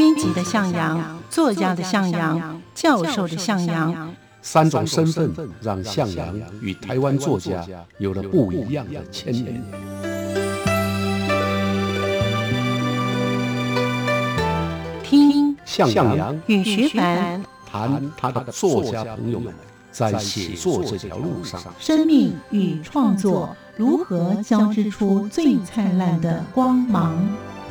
编辑的向阳，作家的向阳，教授的向阳 ，3种身份让向阳与台湾作家有了不一样的牵连。 听向阳与徐凡谈他的作家朋友们在写作这条路上， 生命与创作如何交织出最灿烂的光芒。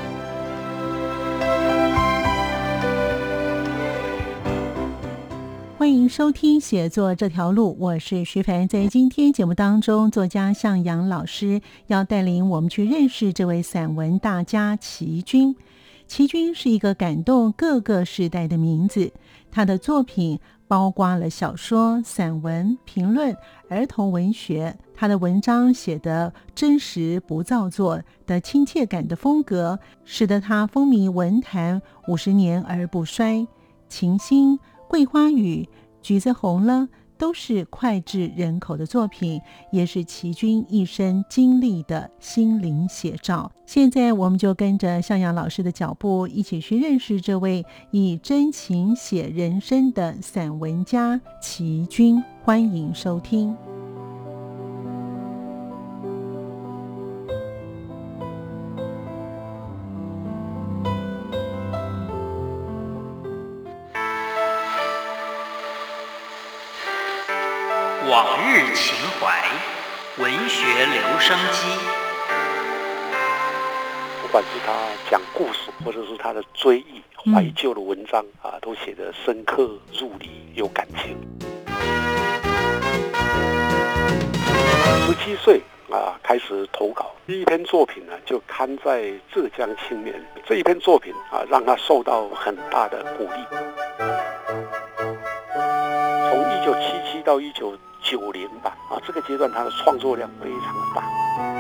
欢迎收听写作这条路，我是徐凡。在今天节目当中，作家向阳老师要带领我们去认识这位散文大家齐君。齐君是一个感动各个时代的名字，他的作品包括了小说、散文、评论、儿童文学。他的文章写得真实不造作的亲切感的风格，使得他风靡文坛50年而不衰。琴心、桂花雨、橘子红了，都是脍炙人口的作品，也是齐君一生经历的心灵写照。现在我们就跟着向阳老师的脚步，一起去认识这位以真情写人生的散文家齐君。欢迎收听。 往日情怀，文学留声机。 不管是他讲故事，或者是他的追忆、怀旧的文章都写得深刻入理，有感情。17岁开始投稿，第一篇作品呢就刊在《浙江青年》。这一篇作品让他受到很大的鼓励。从1977到1990吧，这个阶段他的创作量非常的大。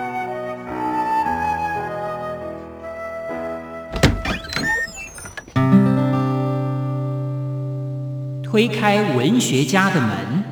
推开文学家的门。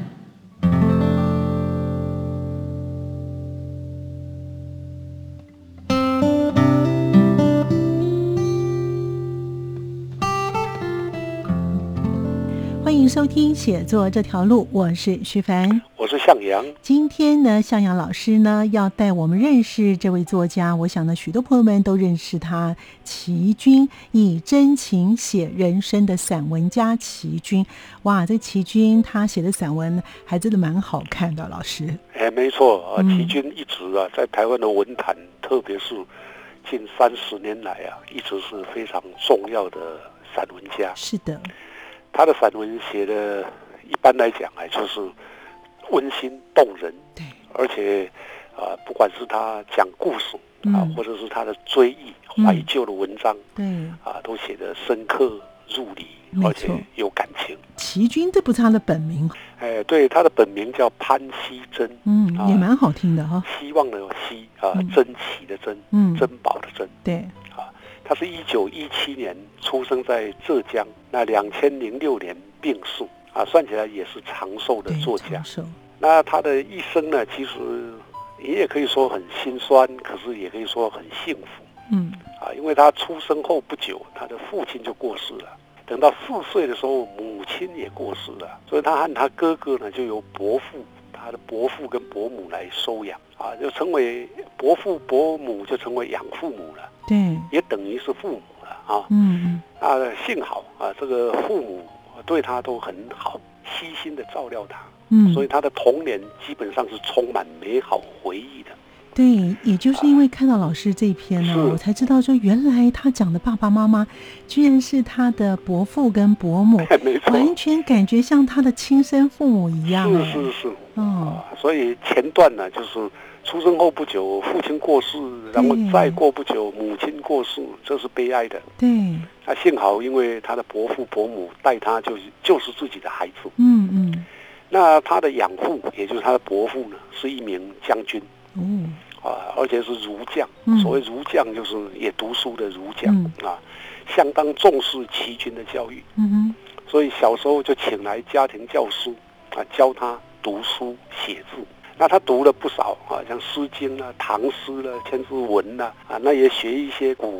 欢迎收听写作这条路，我是徐凡， 我是向阳。 今天呢，向阳老师呢要带我们认识这位作家，我想呢许多朋友们都认识他，齐君，以真情写人生的散文家齐君。哇，这齐君他写的散文还真的蛮好看的，老师。 没错，齐君一直在台湾的文坛，特别是近30年来一直是非常重要的散文家。 是的， 他的散文写的一般来讲就是温馨动人， 对， 而且不管是他讲故事或者是他的追忆、怀旧的文章， 对都写得深刻入理，而且有感情。 齐君这不是他的本名？ 对，他的本名叫潘希珍， 也蛮好听的哈。 希望的希珍奇的珍，珍宝的珍， 对。 他是1917年出生在浙江，那2006年病逝算起来也是长寿的作家。那他的一生呢，其实你也可以说很心酸，可是也可以说很幸福。因为他出生后不久，他的父亲就过世了。等到4岁的时候，母亲也过世了，所以他和他哥哥呢，就由他的伯父跟伯母来收养就成为伯父伯母，就成为养父母了。 对， 也等于是父母了幸好这个父母对他都很好，悉心的照料他，所以他的童年基本上是充满美好回忆的。 对，也就是因为看到老师这一篇呢，我才知道说原来他讲的爸爸妈妈居然是他的伯父跟伯母，完全感觉像他的亲生父母一样。 是所以前段呢，就是出生后不久父亲过世，然后再过不久母亲过世，这是悲哀的。 对， 幸好因为他的伯父伯母待他就是自己的孩子。那他的养父也就是他的伯父呢，是一名将军。而且是儒将，所谓儒将就是也读书的儒将相当重视齐君的教育。所以小时候就请来家庭教师教他读书写字。那他读了不少像《诗经》唐诗千字文那也学一些古文。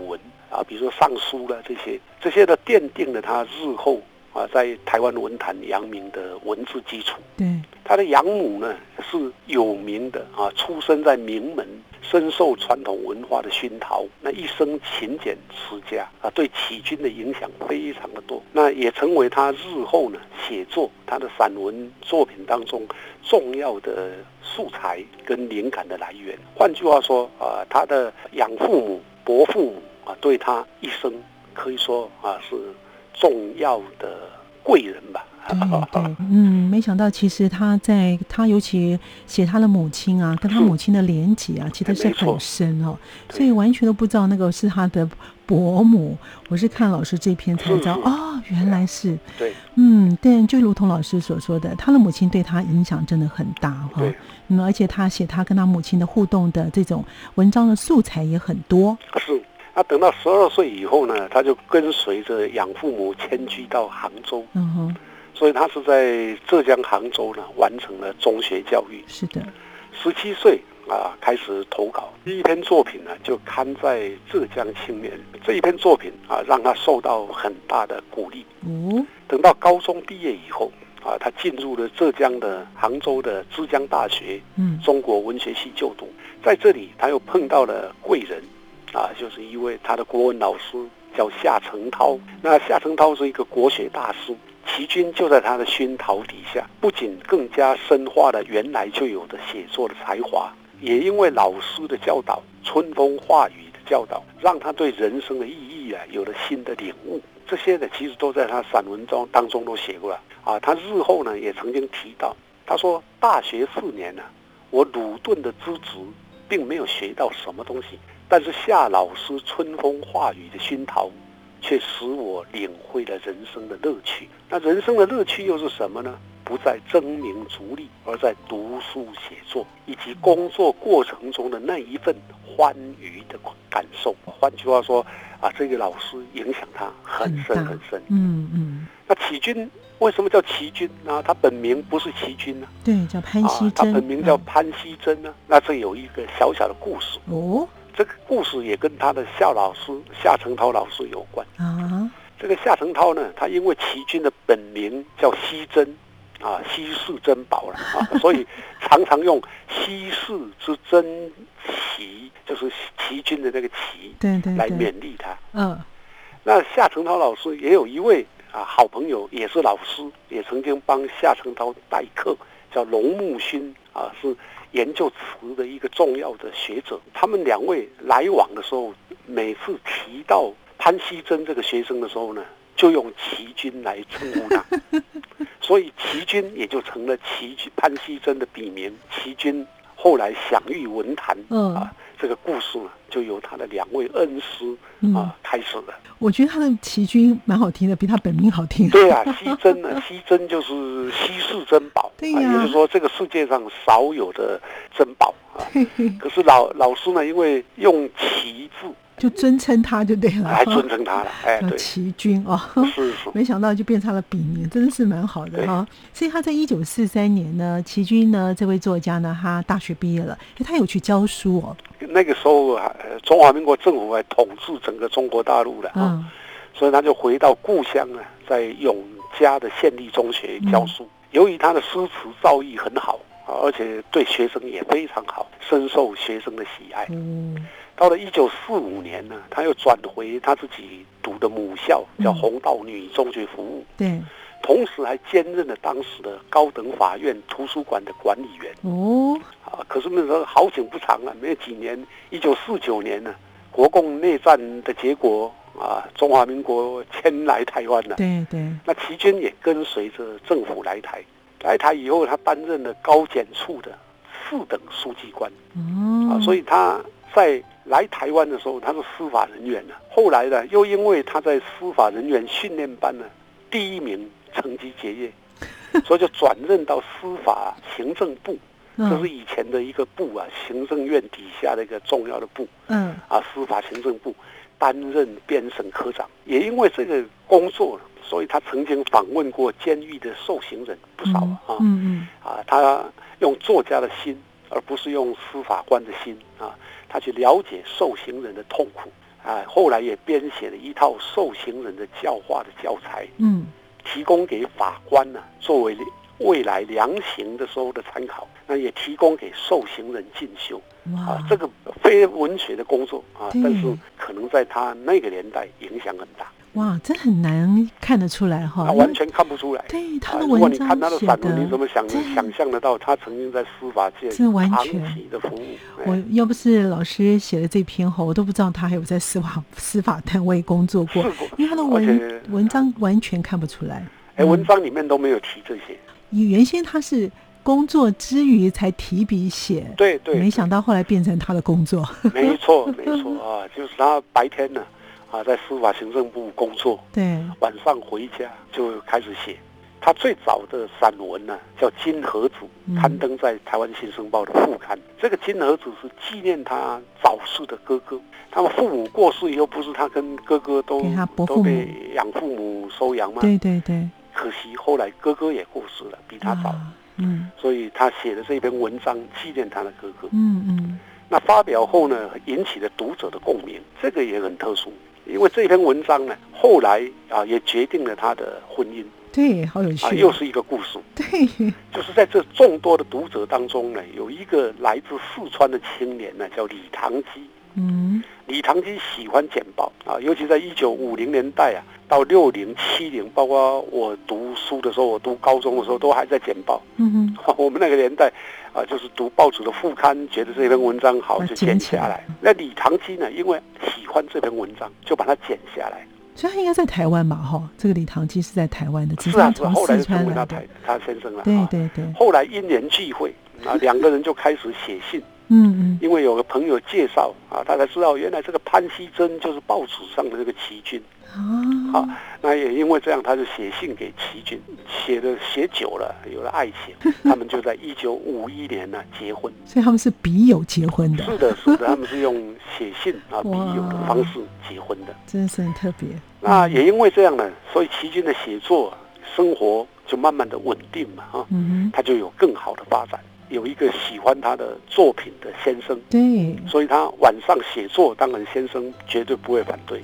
比如说上书了这些的奠定了他日后在台湾文坛扬名的文字基础。 对， 他的养母呢是有名的出生在名门，深受传统文化的熏陶，那一生勤俭持家对启军的影响非常的多，那也成为他日后呢写作他的散文作品当中重要的素材跟灵感的来源。换句话说他的养父母、伯父母对他一生可以说是重要的贵人吧。 对，没想到其实他尤其写他的母亲跟他母亲的连结其实是很深所以完全都不知道那个是他的伯母。我是看老师这篇才知道原来是对， 但就如同老师所说的，他的母亲对他影响真的很大对， 而且他写他跟他母亲的互动的这种文章的素材也很多。 是。他等到12岁以后呢，他就跟随着养父母迁居到杭州。所以他是在浙江杭州呢完成了中学教育。 是的。 17岁开始投稿，第一篇作品呢就刊在浙江青年。这一篇作品让他受到很大的鼓励。等到高中毕业以后他进入了浙江的杭州的之江大学中国文学系就读。在这里他又碰到了贵人就是一位他的国文老师叫夏承焘。那夏承焘是一个国学大师，齐军就在他的熏陶底下，不仅更加深化了原来就有的写作的才华，也因为老师的教导、春风化雨的教导，让他对人生的意义有了新的领悟。这些呢，其实都在他散文当中都写过了他日后呢也曾经提到，他说大学4年呢，我鲁钝的资质并没有学到什么东西，但是夏老师春风化雨的熏陶却使我领会了人生的乐趣。那人生的乐趣又是什么呢？不在争名逐利，而在读书写作以及工作过程中的那一份欢愉的感受。换句话说这个老师影响他很深很深。那启军为什么叫齐军呢？他本名不是齐军呢？ 对，叫潘熙珍。 他本名叫潘熙珍呢。那这有一个小小的故事这个故事也跟他的夏老师夏承焘老师有关这个夏承焘呢，他因为齐军的本名叫熙珍稀世珍宝了所以常常用稀世之珍奇，就是齐军的那个齐，对，来勉励他。那夏承焘老师也有一位好朋友，也是老师，也曾经帮夏承焘代课，叫龙木勋是研究词的一个重要的学者。他们2位来往的时候，每次提到潘熙珍这个学生的时候呢，就用齐军来称呼他所以齐军也就成了潘熙珍的笔名。齐军后来享誉文坛这个故事呢，就由他的2位恩师开始了。 我觉得他的齐军蛮好听的，比他本名好听。 对熙珍呢，熙珍就是稀世珍宝，也就是说这个世界上少有的珍宝可是老师呢，因为用齐字，就尊称他就对了， 还尊称他了， 叫齐军是没想到就变成了笔名，真的是蛮好的所以他在1943年呢，齐军呢这位作家呢，他大学毕业了，他有去教书那个时候中华民国政府还统治整个中国大陆的所以他就回到故乡在永嘉的县立中学教书。由于他的诗词造诣很好而且对学生也非常好，深受学生的喜爱。到了1945年呢，他又转回他自己读的母校，叫弘道女中学服务。 对， 同时还兼任了当时的高等法院图书馆的管理员。可是那时候好景不长没有几年，1949年呢，国共内战的结果中华民国迁来台湾了。 对， 那齐军也跟随着政府来台。来台以后，他担任了高检处的4等书记官。所以他在来台湾的时候，他是司法人员后来呢，又因为他在司法人员训练班第1名成绩结业，所以就转任到司法行政部。这是以前的一个部行政院底下的一个重要的部。司法行政部担任编审科长。也因为这个工作，所以他曾经访问过监狱的受刑人不少他用作家的心，而不是用司法官的心他去了解受刑人的痛苦。 后来也编写了一套受刑人的教化的教材，提供给法官呢，作为未来量刑的时候的参考。那也提供给受刑人进修。这个非文学的工作但是可能在他那个年代影响很大。 哇，这很难看得出来哈， 完全看不出来。 对他的文章如果你看他的散文，你怎么想象得到他曾经在司法界长期的服务？ 我要不是老师写的这篇我都不知道他还有在司法单位工作过，因为他的文章完全看不出来。 文章里面都没有提这些。 原先他是工作之余才提笔写， 对， 没想到后来变成他的工作。 没错就是他白天呢在司法行政部工作， 对， 晚上回家就开始写。他最早的散文呢叫《金盒子》，刊登在台湾新生报的副刊。这个金盒子是纪念他早逝的哥哥，他们父母过世以后，不是他跟哥哥都被养父母收养吗？ 对， 可惜后来哥哥也过世了，比他早。所以他写的这篇文章纪念他的哥哥。那发表后呢，引起了读者的共鸣，这个也很特殊，因为这篇文章呢，后来也决定了他的婚姻。 对，好有趣又是一个故事。 对， 就是在这众多的读者当中呢，有一个来自四川的青年呢，叫李唐基。李唐基喜欢简报尤其在1950年代到60、70，包括我读书的时候，我读高中的时候都还在简报。我们那个年代就是读报纸的副刊，觉得这篇文章好就剪下来。那李唐基呢，因为喜欢这篇文章，就把它剪下来。 所以他应该在台湾嘛，这个李唐基是在台湾的，只是从后来就四川成为来他先生了。 对， 后来因缘际会两个人就开始写信。因为有个朋友介绍他才知道原来这个潘锡珍就是报纸上的这个琦君。那也因为这样，他就写信给琦君，写久了，有了爱情，他们就在1951年结婚。 所以他们是笔友结婚的。 是的，他们是用写信笔友的方式结婚的， 真是很特别。 那也因为这样呢，所以琦君的写作生活就慢慢的稳定嘛他就有更好的发展。有一个喜欢他的作品的先生， 对， 所以他晚上写作，当然先生绝对不会反对。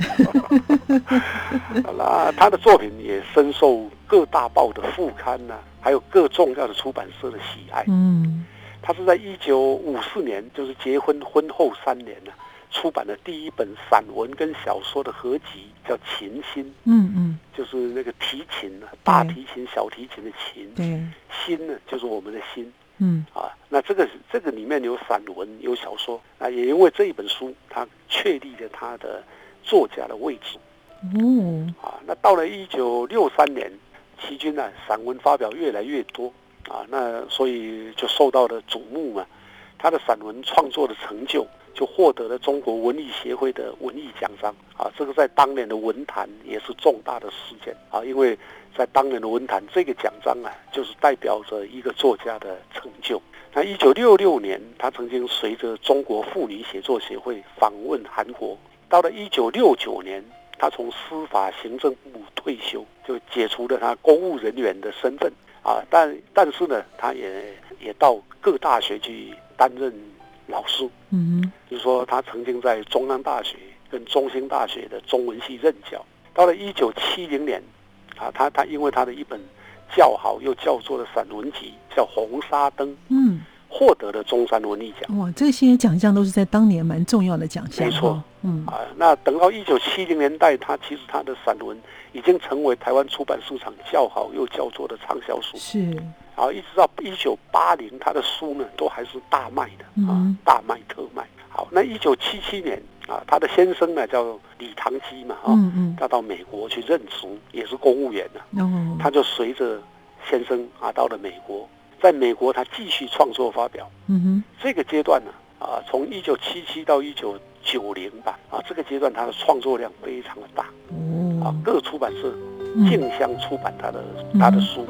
那他的作品也深受各大报的副刊还有各重要的出版社的喜爱。他是在1954年，就是结婚婚后3年出版了第一本散文跟小说的合集，叫《琴心》。就是那个提琴大提琴、小提琴的琴， 对， 心呢就是我们的心。那这个里面有散文，有小说也因为这一本书，他确立了他的作家的位置。那到了1963年，琦君散文发表越来越多那所以就受到了瞩目嘛。他的散文创作的成就，就获得了中国文艺协会的文艺奖章这个在当年的文坛也是重大的事件因为在当年的文坛，这个奖章就是代表着一个作家的成就。那1966年，他曾经随着中国妇女写作协会访问韩国。到了1969年，他从司法行政部退休，就解除了他公务人员的身份但是呢，他也到各大学去担任老师。就是说他曾经在中央大学跟中兴大学的中文系任教。到了1970年他因为他的一本较好又叫座的散文集叫《红沙灯》，获得了中山文艺奖。 哇，这些奖项都是在当年蛮重要的奖项。 没错。那等到1970年代，其实他的散文已经成为台湾出版市场较好又叫座的畅销书。 是。 一直到1980，他的书呢都还是大卖的大卖特卖。好，那1977年他的先生呢叫李唐基嘛他到美国去任职，也是公务员他就随着先生到了美国，在美国他继续创作发表。这个阶段呢从1977到1990吧这个阶段他的创作量非常的大各出版社竞相出版他的书。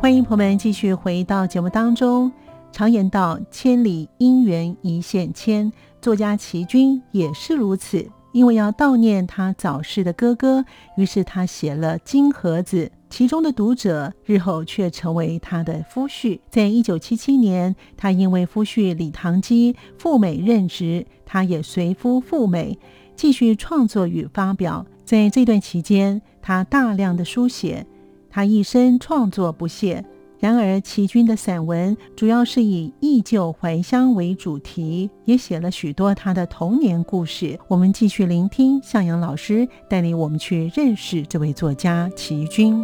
欢迎朋友们继续回到节目当中。常言道，千里姻缘一线牵，作家齐君也是如此。因为要悼念他早逝的哥哥，于是他写了《金盒子》，其中的读者日后却成为他的夫婿。在1977年，他因为夫婿李唐基赴美任职，他也随夫赴美，继续创作与发表。在这段期间，他大量的书写，他一生创作不懈。然而齐君的散文主要是以忆旧怀乡为主题，也写了许多他的童年故事。我们继续聆听向阳老师带领我们去认识这位作家齐君。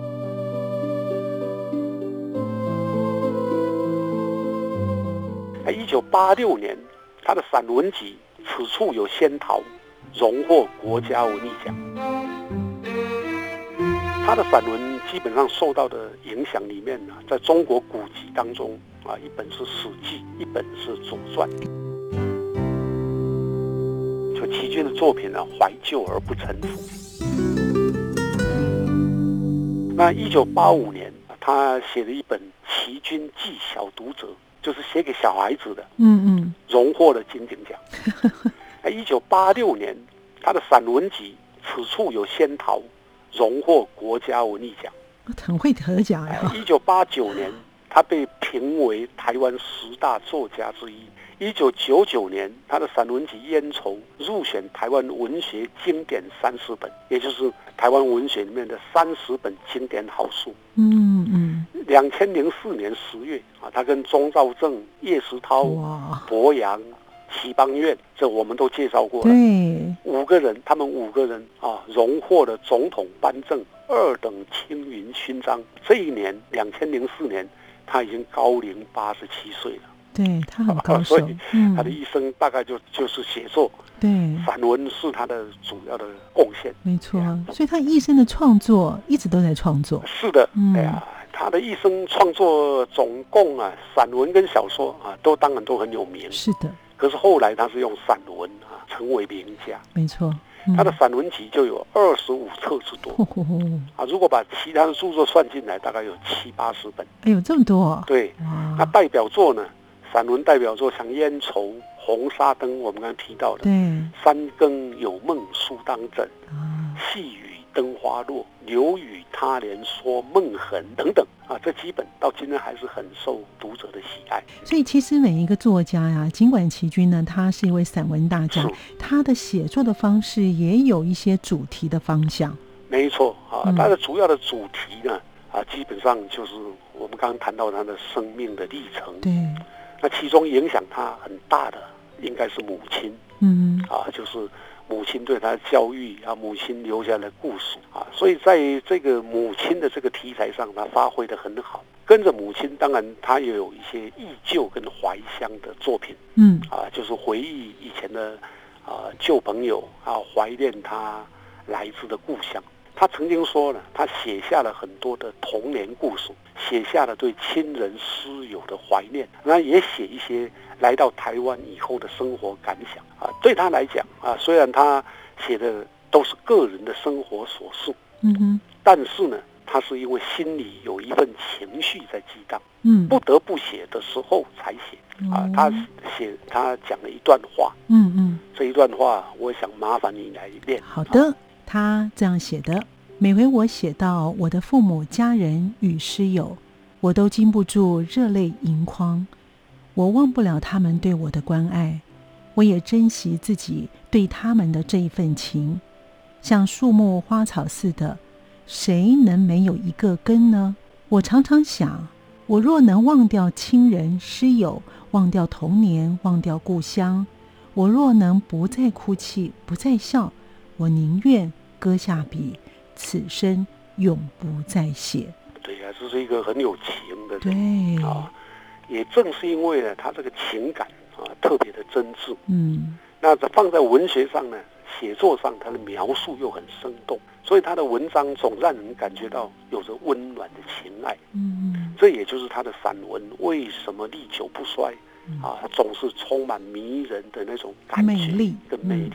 1986年，他的散文集《此处有仙桃》荣获国家文艺奖。他的散文基本上受到的影响里面呢，在中国古籍当中一本是《史记》，一本是《左传》。就齐君的作品呢，怀旧而不陈腐。那1985年，他写了一本《齐君记小读者》，就是写给小孩子的，荣获了金鼎奖。1986年，他的散文集《此处有仙桃》荣获国家文艺奖， 很会得奖呀。 1989年，他被评为台湾10大作家之一。1999年，他的散文集《烟愁》入选台湾文学经典30本，也就是台湾文学里面的30本经典好书。2004年10月他跟钟肇政、叶石涛、博洋、齐邦彦，这我们都介绍过了。 对 ，5个人，他们5个人荣获了总统颁证2等青云勋章。这一年，2004年，他已经高龄87岁了。 对，他很高寿， 所以他的一生大概就是写作， 对， 散文是他的主要的贡献。 没错，所以他一生的创作一直都在创作。 是的，他的一生创作总共散文跟小说都当然都很有名。 是的。 可是后来他是用散文成为名家。 没错， 他的散文集就有25册之多。如果把其他的著作算进来，大概有70-80本。 哎呦，这么多！ 对，那代表作呢？散文代表作像《烟愁》《红沙灯》，我们刚刚提到的， 对， 三更有梦书当枕，细雨灯花落，留与他年说梦痕等等这几本到今天还是很受读者的喜爱。 所以其实每一个作家呀，尽管齐君呢，他是一位散文大家，他的写作的方式也有一些主题的方向。 没错他的主要的主题呢基本上就是我们刚刚谈到他的生命的历程。 对。 那其中影响他很大的应该是母亲，就是母亲对他的教育母亲留下的故事所以在这个母亲的这个题材上，他发挥得很好。跟着母亲，当然他也有一些忆旧跟怀乡的作品，就是回忆以前的旧朋友怀念他来自的故乡。他曾经说呢，他写下了很多的童年故事，写下了对亲人师友的怀念，那也写一些来到台湾以后的生活感想对他来讲虽然他写的都是个人的生活琐事，但是呢，他是因为心里有一份情绪在激荡，不得不写的时候才写他讲了一段话，这一段话我想麻烦你来念。 好的。他这样写的：每回我写到我的父母家人与师友，我都禁不住热泪盈眶。我忘不了他们对我的关爱，我也珍惜自己对他们的这一份情。像树木花草似的，谁能没有一个根呢？我常常想，我若能忘掉亲人师友，忘掉童年，忘掉故乡，我若能不再哭泣，不再笑，我宁愿搁下笔，此生永不再写。 对这是一个很有情的人。 对也正是因为呢，他这个情感特别的真挚。那放在文学上呢，写作上他的描述又很生动，所以他的文章总让人感觉到有着温暖的情爱。这也就是他的散文为什么历久不衰总是充满迷人的那种感觉跟魅力。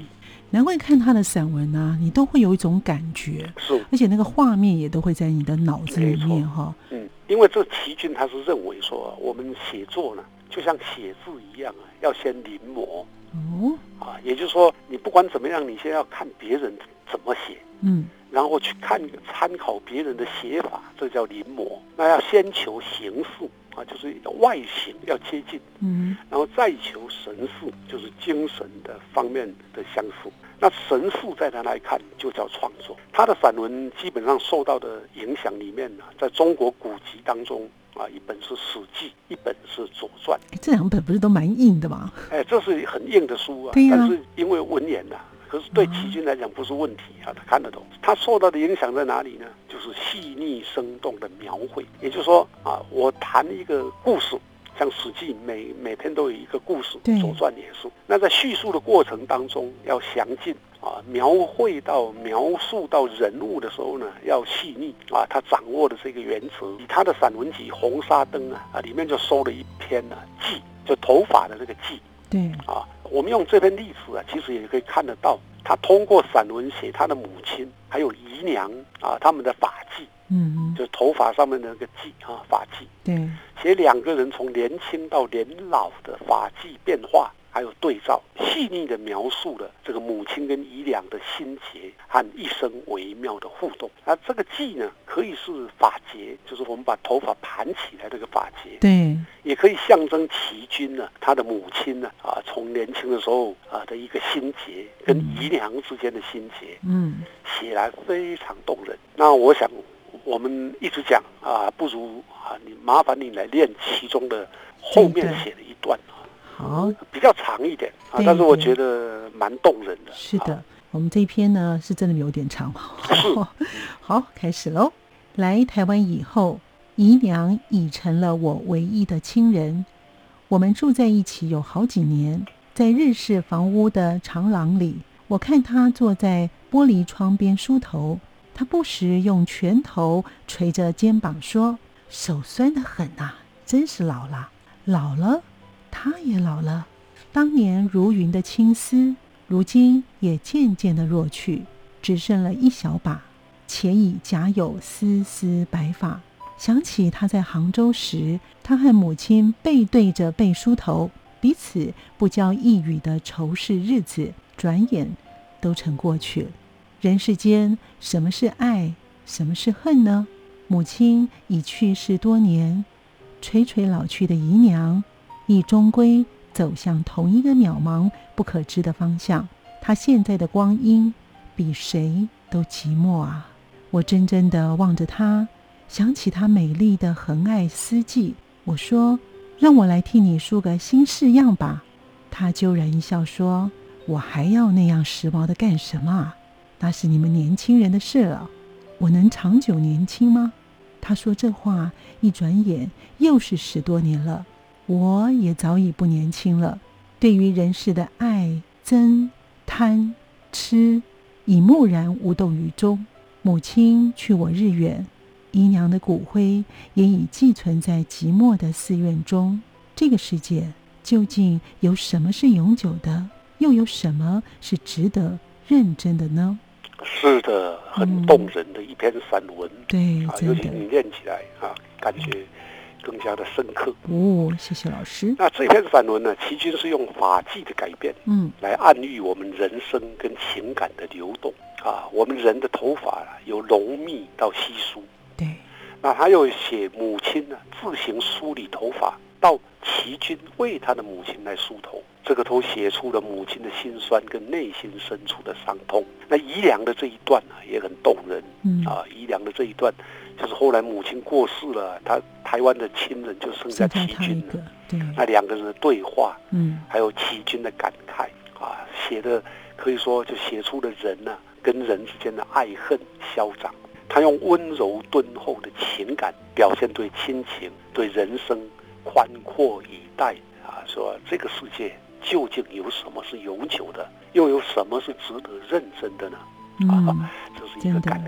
难怪看他的散文啊，你都会有一种感觉， 是， 而且那个画面也都会在你的脑子里面哈。 因为这齐君他是认为说，我们写作呢，就像写字一样啊，要先临摹。也就是说，你不管怎么样，你先要看别人怎么写，然后去参考别人的写法，这叫临摹。那要先求形式啊，就是外形要接近，然后再求神似，就是精神的方面的相似。那神似在他来看就叫创作。他的散文基本上受到的影响里面呢，在中国古籍当中啊，一本是《史记》，一本是《左传》。 这两本不是都蛮硬的吗？ 这是很硬的书啊。但是因为文言啊，可是对齐君来讲不是问题啊，他看得懂。他受到的影响在哪里呢？就是细腻生动的描绘。也就是说啊，我谈一个故事。像《史记》每篇都有一个故事，《左传》也是。那在叙述的过程当中要详尽啊，描述到人物的时候呢，要细腻啊。他掌握的这个原则，以他的散文集《红纱灯》里面就收了一篇呢髻，就头发的那个髻。 对啊，我们用这篇历史啊，其实也可以看得到，他通过散文写他的母亲还有姨娘啊，他们的发髻。就是头发上面的那个髻啊，发髻。对，写两个人从年轻到年老的发髻变化，还有对照，细腻的描述了这个母亲跟姨娘的心结和一生微妙的互动。那这个髻呢，可以是发结，就是我们把头发盘起来这个发结。 对， 也可以象征齐君呢，他的母亲呢从年轻的时候的一个心结，跟姨娘之间的心结。写来非常动人。那我想。我们一直讲不如麻烦你来念其中的后面写的一段好， 比较长一点但是我觉得蛮动人的。 是的，我们这一篇呢是真的有点长。好，开始喽。来台湾以后，姨娘已成了我唯一的亲人。我们住在一起有好几年，在日式房屋的长廊里，我看她坐在玻璃窗边梳头。他不时用拳头捶着肩膀说：“手酸得很啊，真是老了，老了，他也老了。当年如云的青丝，如今也渐渐地弱去，只剩了一小把，且已夹有丝丝白发。想起他在杭州时，他和母亲背对着背梳头，彼此不交一语的仇视日子，转眼都成过去了。人世间，什么是爱，什么是恨呢？母亲已去世多年，垂垂老去的姨娘，亦终归走向同一个渺茫不可知的方向。她现在的光阴，比谁都寂寞啊！我怔怔地望着她，想起她美丽的横爱丝髻。我说：“让我来替你梳个新式样吧。”她啾然一笑说：“我还要那样时髦的干什么啊？那是你们年轻人的事了，我能长久年轻吗？”他说这话，一转眼又是10多年了，我也早已不年轻了。对于人世的爱、憎、贪、痴，已木然无动于衷。母亲去我日远，姨娘的骨灰也已寄存在寂寞的寺院中。这个世界究竟有什么是永久的，又有什么是值得认真的呢？ 是的，很动人的一篇散文。 对， 尤其你念起来感觉更加的深刻。 谢谢老师。 那这篇散文呢，齐君是用法纪的改变，来暗喻我们人生跟情感的流动我们人的头发由浓密到稀疏。 对。 那他又写母亲呢，自行梳理头发，到齐君为他的母亲来梳头。这个都写出了母亲的心酸跟内心深处的伤痛。那姨娘的这一段也很动人。姨娘的这一段，就是后来母亲过世了，他台湾的亲人就剩下齐君了。 对， 那两个人的对话，还有齐君的感慨写的可以说就写出了人跟人之间的爱恨消长。他用温柔敦厚的情感表现对亲情、对人生宽阔以待说这个世界究竟有什么是永久的，又有什么是值得认真的呢？这是一个感慨。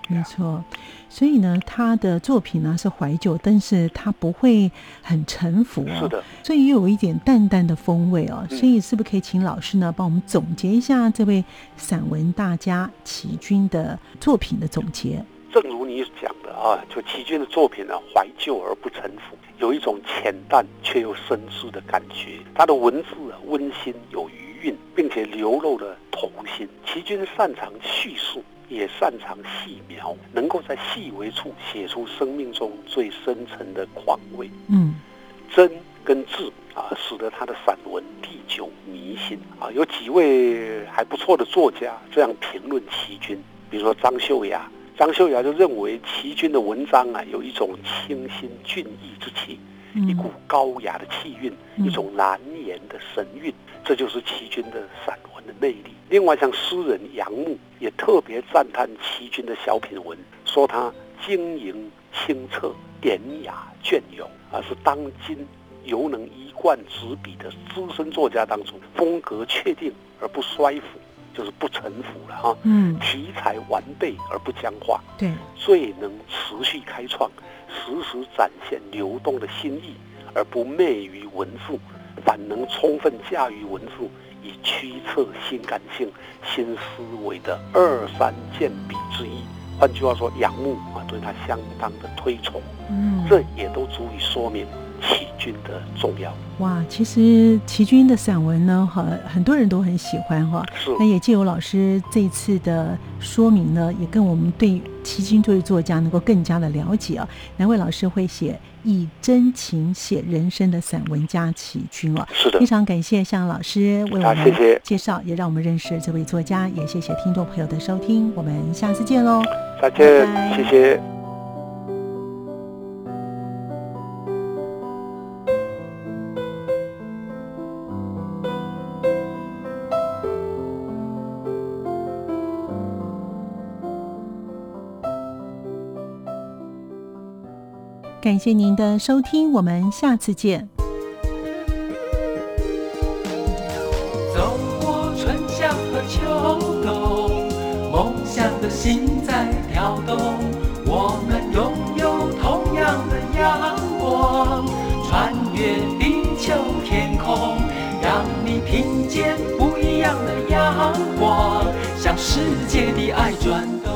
没错。所以呢，他的作品呢是怀旧，但是他不会很沉浮是的， 所以又有一点淡淡的风味所以是不是可以请老师呢帮我们总结一下这位散文大家琦君的作品的总结？ 正如你讲的就琦君的作品呢，怀旧而不沉浮，有一种浅淡却又深挚的感觉。他的文字温馨有余韵，并且流露了童心。琦君擅长叙述，也擅长细描，能够在细微处写出生命中最深沉的况味。真跟挚使得他的散文历久弥新有几位还不错的作家这样评论琦君，比如说张秀雅。张秀雅就认为琦君的文章有一种清新俊逸之气，一股高雅的气韵，一种难言的神韵，这就是琦君的散文的魅力。另外像诗人杨牧也特别赞叹琦君的小品文，说他晶莹清澈、典雅隽永是当今犹能一贯执笔的资深作家当中风格确定而不衰腐，就是不沉浮了题材完备而不僵化， 对， 最能持续开创，时时展现流动的心意，而不昧于文赋，反能充分驾驭文赋，以驱策新感性、新思维的二三健笔之一。换句话说，杨牧对他相当的推崇，这也都足以说明琦君的重要。 哇，其实琦君的散文呢，很多人都很喜欢那也借由老师这次的说明呢，也跟我们对琦君这位作家能够更加的了解难怪老师会写以真情写人生的散文家琦君是的， 非常感谢向老师为我们介绍，也让我们认识这位作家，也谢谢听众朋友的收听，我们下次见喽， 再见，拜拜，谢谢。 感谢您的收听，我们下次见。 走过春夏和秋冬，梦想的心在跳动，我们拥有同样的阳光，穿越地球天空，让你听见不一样的阳光，向世界的爱转动。